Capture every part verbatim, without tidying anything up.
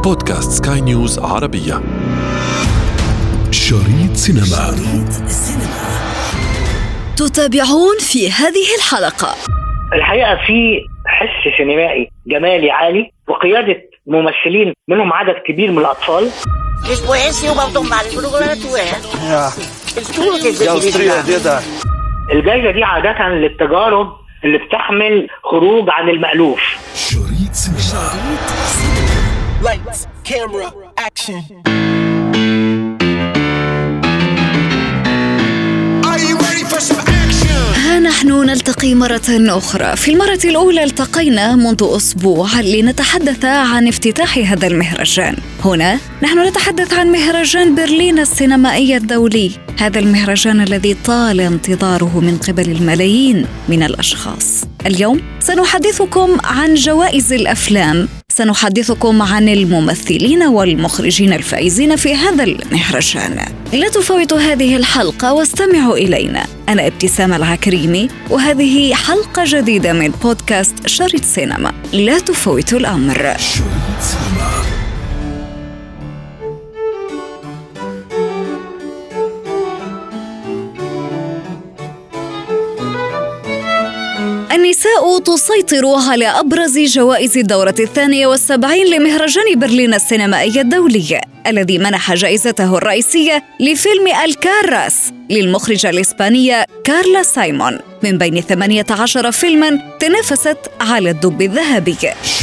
بودكاست سكاي نيوز عربية. شريط سينما. شريط سينما. تتابعون في هذه الحلقة. الحقيقة في حس سينمائي جمالي عالي وقيادة ممثلين منهم عدد كبير من الأطفال. الجائزة دي عادة للتجارب اللي بتحمل خروج عن المألوف. شريط سينما. Lights, camera, action. Are you ready for some action? ها نحن نلتقي مرة أخرى. في المرة الأولى التقينا منذ أسبوع لنتحدث عن افتتاح هذا المهرجان. هنا نحن نتحدث عن مهرجان برلين السينمائي الدولي، هذا المهرجان الذي طال انتظاره من قبل الملايين من الأشخاص. اليوم سنحدثكم عن جوائز الأفلام، سنحدثكم عن الممثلين والمخرجين الفائزين في هذا المهرجان. لا تفوتوا هذه الحلقة واستمعوا إلينا. أنا ابتسام العكريمي وهذه حلقة جديدة من بودكاست شريط سينما. لا تفوتوا الأمر. شريط سينما. النساء تسيطر على أبرز جوائز الدورة الثانية والسبعين لمهرجان برلين السينمائي الدولي، الذي منح جائزته الرئيسية لفيلم الكاراس للمخرجة الإسبانية كارلا سايمون من بين ثمانية عشر فيلماً تنافست على الدب الذهبي.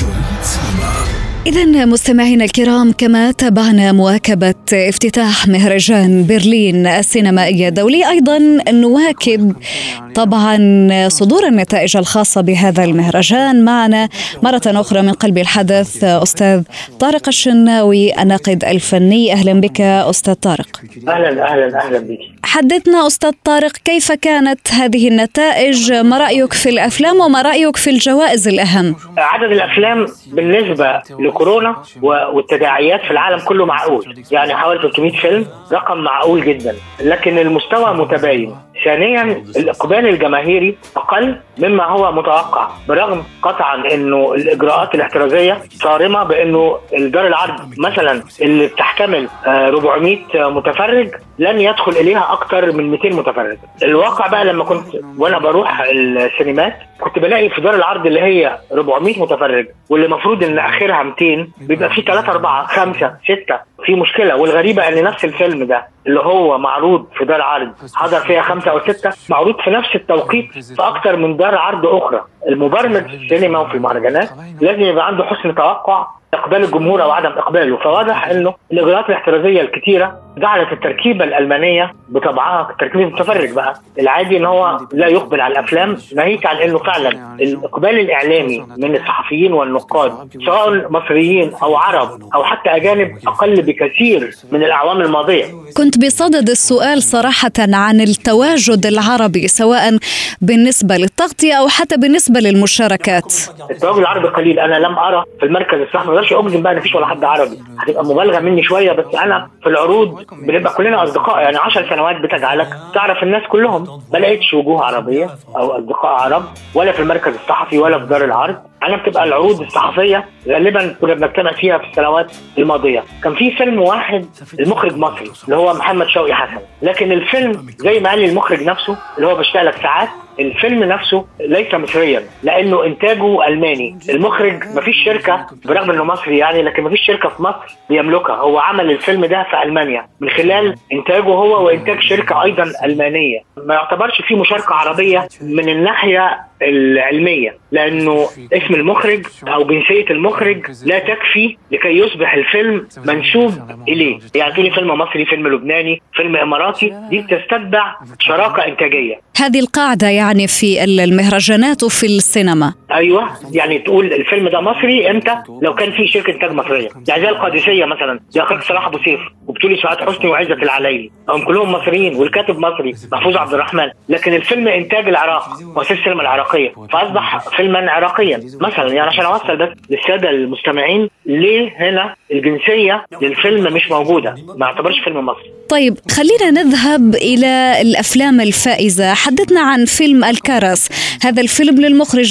إذن مستمعينا الكرام، كما تابعنا مواكبة افتتاح مهرجان برلين السينمائي الدولي، أيضا نواكب طبعا صدور النتائج الخاصة بهذا المهرجان. معنا مرة أخرى من قلب الحدث أستاذ طارق الشناوي الناقد الفني. أهلا بك أستاذ طارق. أهلا أهلا أهلا بك. حدثنا أستاذ طارق، كيف كانت هذه النتائج؟ ما رأيك في الأفلام وما رأيك في الجوائز الأهم؟ عدد الأفلام بالنسبة لكورونا والتداعيات في العالم كله معقول، يعني حوالي ثلاثمائة فيلم، رقم معقول جدا، لكن المستوى متباين. ثانيا الإقبال الجماهيري أقل مما هو متوقع، برغم قطعا أنه الإجراءات الاحترازية صارمة، بأنه الدار العرض مثلا اللي بتحتمل أربعمائة متفرج لن يدخل إليها أكتر من مئتين متفرج. الواقع بقى لما كنت وأنا بروح السينمات كنت بلاقي في دار العرض اللي هي أربعمائة متفرج واللي مفروض أن آخرها مئتين بيبقى في ثلاثة أربعة خمسة ستة في مشكلة. والغريبة أن نفس الفيلم ده اللي هو معروض في دار عرض حضر فيها خمسة أو ستة معروض في نفس التوقيت في أكتر من دار عرض أخرى. المبرمج في السينما وفي المهرجانات لازم يبقى عنده حسن توقع إقبال الجمهور أو عدم إقباله. فواضح أنه الإجراءات الاحترازية الكتيرة جعلت التركيبة الألمانية بطبعها تركيبة المتفرج بقى العادي، أنه هو لا يقبل على الأفلام، ناهيك عن أنه فعلا الإقبال الإعلامي من الصحفيين والنقاد سواء مصريين أو عرب أو حتى أجانب أقل بكثير من الأعوام الماضية. كنت بصدد السؤال صراحة عن التواجد العربي، سواء بالنسبة للتغطية أو حتى بالنسبة للمشاركات. التواجد العربي قليل، أنا لم أرى في المركز الصحفي، ما أقدرش أجزم بقى مفيش ولا حد عربي، هتبقى مبالغة مني شوية، بس أنا في العروض بنبقى كلنا أصدقاء، يعني عشر سنوات بتجعلك تعرف الناس كلهم. ما لقيتش وجوه عربية أو أصدقاء عرب ولا في المركز الصحفي ولا في دار العرض. أنا بتبقى العروض الصحفية غالبا كنا بنجتمع فيها في السنوات الماضية. كان في فيلم واحد المخرج مصري اللي هو محمد شوقي حسن، لكن الفيلم زي ما قال المخرج نفسه اللي هو بيشتغل لك ساعات، الفيلم نفسه ليس مصريا لأنه إنتاجه ألماني. المخرج مفيش شركة، برغم أنه مصري يعني، لكن مفيش شركة في مصر بيملكها. هو عمل الفيلم ده في ألمانيا من خلال إنتاجه هو وإنتاج شركة أيضا ألمانية. ما يعتبرش فيه مشاركة عربية من الناحية العلمية، لأنه اسم المخرج أو جنسية المخرج لا تكفي لكي يصبح الفيلم منسوب إليه. يعني تقولي فيلم مصري، فيلم لبناني، فيلم إماراتي، دي بتستتبع شراكة إنتاجية. هذه القاعدة يعني في المهرجانات وفي السينما. أيوة، يعني تقول الفيلم ده مصري أنت لو كان فيه شركة إنتاج مصرية، يعني زي القادسية مثلا، زي أخوك صلاح أبو سيف وبتقولي سعاد حسني وعزة العلايلي، هم كلهم مصريين والكاتب مصري محفوظ عبد الرحمن، لكن الفيلم إنتاج العراق وأساس السينما العراقية، فأصبح فيلما عراقيا مثلا. يعني عشان أوصل بس للسادة المستمعين ليه هنا الجنسية للفيلم مش موجودة، ما اعتبرش فيلم مصري. طيب خلينا نذهب إلى الأفلام الفائزة. حدثنا عن فيلم الكاراس، هذا الفيلم للمخرجة الإسبانية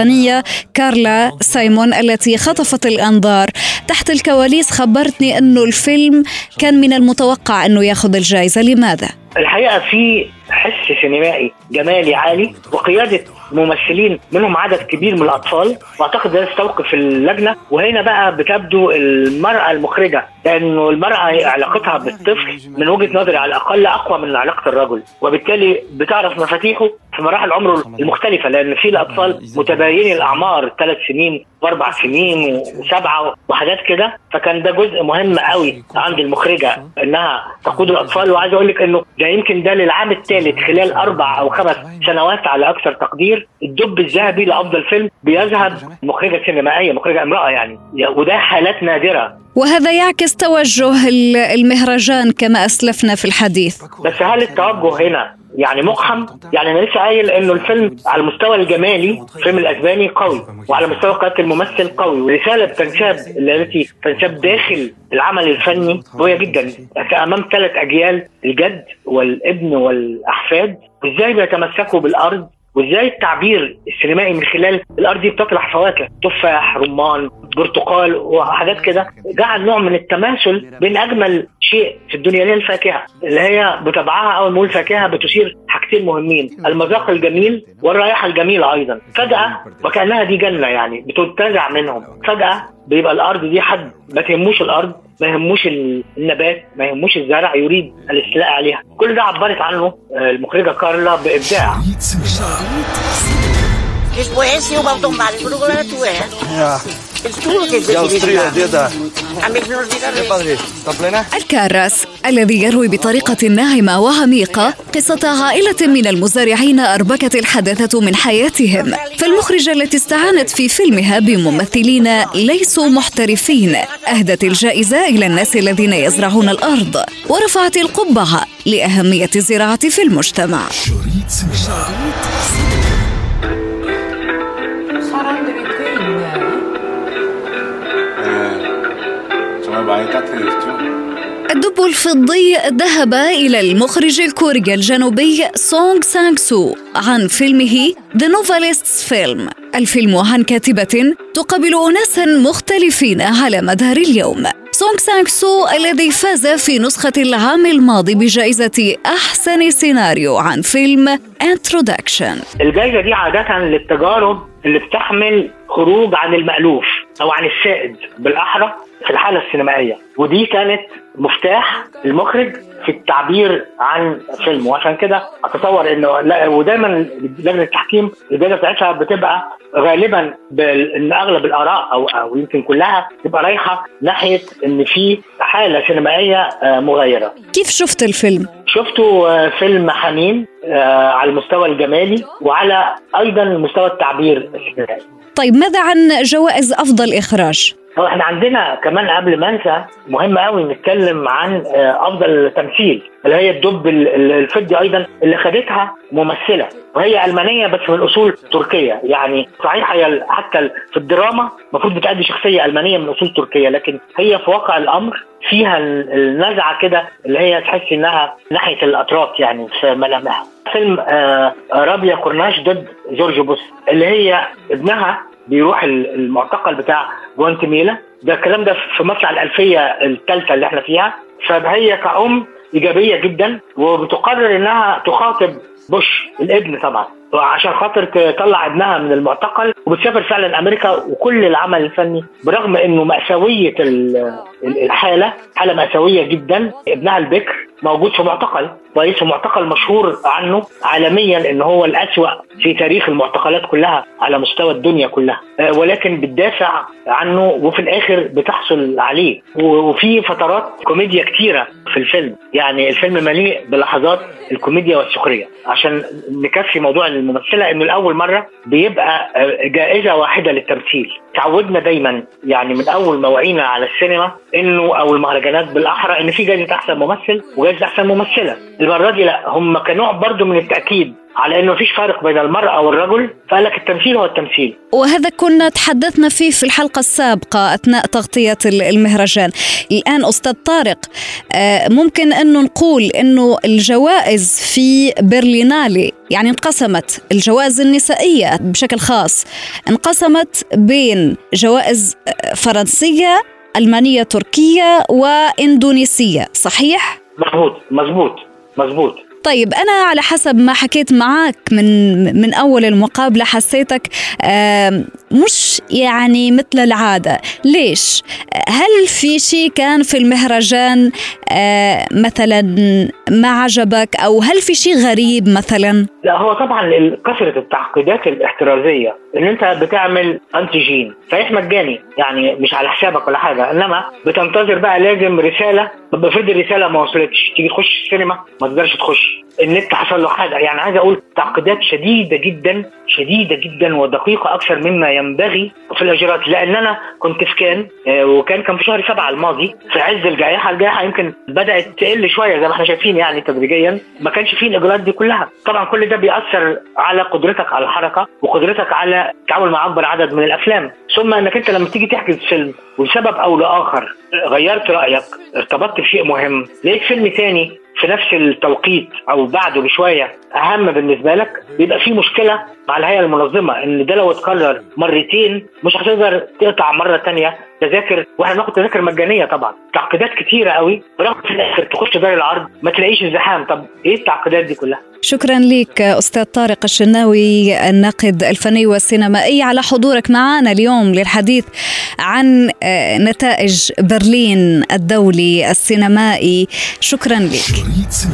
البريطانية كارلا سايمون التي خطفت الأنظار. تحت الكواليس خبرتني أنه الفيلم كان من المتوقع أنه يأخذ الجائزة، لماذا؟ الحقيقة في حس سينمائي جمالي عالي وقيادة ممثلين منهم عدد كبير من الأطفال، وأعتقد ده يستوقف اللجنة. وهنا بقى بتبدو المرأة المخرجة، لأنه المرأة علاقتها بالطفل من وجهة نظري على الأقل أقوى من علاقة الرجل، وبالتالي بتعرف مفاتيحه في مراحل عمره المختلفة، لأن في الأطفال متباينين الأعمار، ثلاث سنين وأربع سنين وسبعة وحاجات كده. فكان ده جزء مهم قوي عند المخرجة إنها تقود الأطفال. وعايز أقول لك إنه ده يمكن ده للعام الثالث خلال أربع أو خمس سنوات على أكثر تقدير الدب الذهبي لأفضل فيلم بيذهب مخرجة سينمائية، مخرجة امرأة يعني، وده حالات نادرة. وهذا يعكس توجه المهرجان كما أسلفنا في الحديث. بس هل التوجه هنا يعني مقحم؟ يعني أنا لسه قايل إنه الفيلم على المستوى الجمالي الفيلم الأسباني قوي، وعلى مستوى قيادة الممثل قوي، ورسالة تنساب التي تنساب داخل العمل الفني قوية جدا أمام ثلاث أجيال، الجد والابن والأحفاد، وإزاي بيتمسكوا بالأرض، وإزاي التعبير السينمائي من خلال الأرض دي بتطرح فواكه، تفاح، رمان، برتقال وحاجات كده، جعل نوع من التماثل بين أجمل شيء في الدنيا اللي هي الفاكهة، اللي هي بطبعها أول ما نقول فاكهة بتثير حاجتين مهمين، المذاق الجميل والرائحة الجميلة أيضا. فجأة وكأنها دي جنة يعني بتنتزع منهم، فجأة بيبقى الأرض دي حد ما تهموش الأرض، ما يهموش النبات، ما يهموش الزرع، يريد الاستيلاء عليها. كل ده عبرت عنه المخرجة كارلا بإبداع. الكاراس الذي يروي بطريقة ناعمة وعميقة قصة عائلة من المزارعين أربكت الحداثة من حياتهم، فالمخرجة التي استعانت في فيلمها بممثلين ليسوا محترفين أهدت الجائزة إلى الناس الذين يزرعون الأرض، ورفعت القبعة لأهمية الزراعة في المجتمع. الدب الفضي ذهب إلى المخرج الكوري الجنوبي سونغ سانغ سو عن فيلمه The Novelists Film، الفيلم عن كاتبة تقابل أناسا مختلفين على مدار اليوم. سونغ سانغ سو الذي فاز في نسخة العام الماضي بجائزة أحسن سيناريو عن فيلم Introduction. الجائزة دي عادة للتجارب اللي بتحمل خروج عن المألوف أو عن السائد بالأحرى في الحالة السينمائية، ودي كانت مفتاح المخرج في التعبير عن فيلم. وعشان كده أتصور إنه ودايما لجنة التحكيم الجائزة بتاعتها بتبقى غالبا بأن أغلب الآراء أو أو يمكن كلها تبقى رايحة ناحية إن في حالة سينمائية مغايرة. كيف شفت الفيلم؟ شفته فيلم حنين على المستوى الجمالي وعلى أيضا مستوى التعبير السينمائي. طيب ماذا عن جوائز أفضل إخراج؟ هو احنا عندنا كمان قبل ما انسى مهم قوي نتكلم عن افضل تمثيل اللي هي الدب الفضي ايضا اللي خدتها ممثله وهي المانيه بس من اصول تركيه. يعني صحيح هي حتى في الدراما المفروض بتأدي شخصيه المانيه من اصول تركيه، لكن هي في واقع الامر فيها النزعه كده اللي هي تحس انها ناحيه الاتراك يعني في ملامحها. فيلم آه رابيا كورناش ضد جورج بوش اللي هي ابنها بيروح المعتقل بتاع جوانتيميلا، ده الكلام ده في مصر على الألفية الثالثة اللي احنا فيها. فهي كأم إيجابية جدا وبتقرر إنها تخاطب بوش الابن طبعا عشان خاطر تطلع ابنها من المعتقل، وبتسافر فعلا أمريكا. وكل العمل الفني برغم إنه مأساوية الحالة حالة مأساوية جدا، ابنها البكر موجود في معتقل كويس، ومعتقل مشهور عنه عالميا إن هو الأسوأ في تاريخ المعتقلات كلها على مستوى الدنيا كلها، ولكن بتدافع عنه وفي الآخر بتحصل عليه. وفي فترات كوميديا كتيرة في الفيلم، يعني الفيلم مليء بلحظات الكوميديا والسخرية. عشان نكفي موضوع الممثلة إنه الأول مرة بيبقى جائزة واحدة للتمثيل. تعودنا دايما يعني من أول ما وعينا على السينما إنه أو المهرجانات بالأحرى إن في جائزة أحسن ممثل وجائزة أحسن ممثلة. المرة دي لا، هم كنوع برضو من التأكيد على انه مفيش فارق بين المرأة والرجل، فقال لك التمثيل هو التمثيل. وهذا كنا تحدثنا فيه في الحلقة السابقة أثناء تغطية المهرجان. الآن أستاذ طارق، ممكن أنه نقول أنه الجوائز في برلينالي يعني انقسمت، الجوائز النسائية بشكل خاص انقسمت بين جوائز فرنسية، ألمانية، تركية وإندونيسية، صحيح؟ مظبوط مظبوط مظبوط. طيب أنا على حسب ما حكيت معك من من أول المقابلة حسيتك مش يعني مثل العادة. ليش؟ هل في شيء كان في المهرجان مثلا ما عجبك، أو هل في شيء غريب مثلا؟ لا، هو طبعا كثرة التعقيدات الاحترازية ان انت بتعمل انتيجين صحيح مجاني، يعني مش على حسابك ولا حاجة، انما بتنتظر بقى لازم رسالة، بفرض الرسالة ما وصلتش تيجي تخش السينما ما تقدرش تخش، النت حصل له حاجة. يعني عايز اقول تعقيدات شديدة جدا شديدة جدا ودقيقة اكثر مما ينبغي في الاجراءات. لان انا كنت في كان وكان كان في شهر سبعة الماضي في عز الجائحة، الجائحة يمكن بدأت تقل شوية زي ما احنا شايفين يعني تدريجيا، ما كانش فيه الاجراءات دي كلها. طبعا كل ده بيأثر على قدرتك على الحركة وقدرتك على التعامل مع اكبر عدد من الافلام. ثم انك انت لما تيجي تحجز فيلم ولسبب او لاخر غيرت رأيك، ارتبطت بشيء مهم، لقيت فيلم تاني في نفس التوقيت او بعده بشوية اهم بالنسبة لك، بيبقى فيه مشكلة مع الهيئة المنظمة ان ده لو اتكرر مرتين مش هتقدر تقطع مرة تانية تذاكر، واحنا بناخد تذاكر مجانية. طبعا تعقيدات كتيرة قوي، برغم في الاخر تخش دار العرض ما تلاقيش الزحام. طب ايه التعقيدات دي كلها؟ شكرا لك أستاذ طارق الشناوي الناقد الفني والسينمائي على حضورك معنا اليوم للحديث عن نتائج برلين الدولي السينمائي. شكرا لك.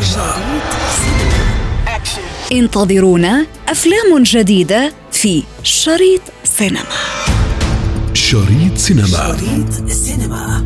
انتظرونا أفلام جديدة في شريط سينما. شريط سينما. شريط سينما.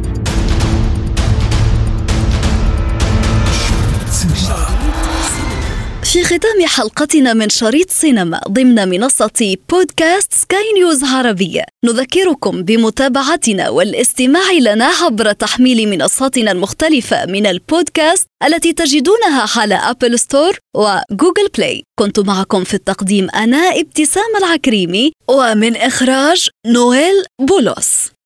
في ختام حلقتنا من شريط سينما ضمن منصة بودكاست سكاي نيوز عربية، نذكركم بمتابعتنا والاستماع لنا عبر تحميل منصاتنا المختلفة من البودكاست التي تجدونها على أبل ستور وجوجل بلاي. كنت معكم في التقديم أنا ابتسام العكريمي، ومن إخراج نويل بولوس.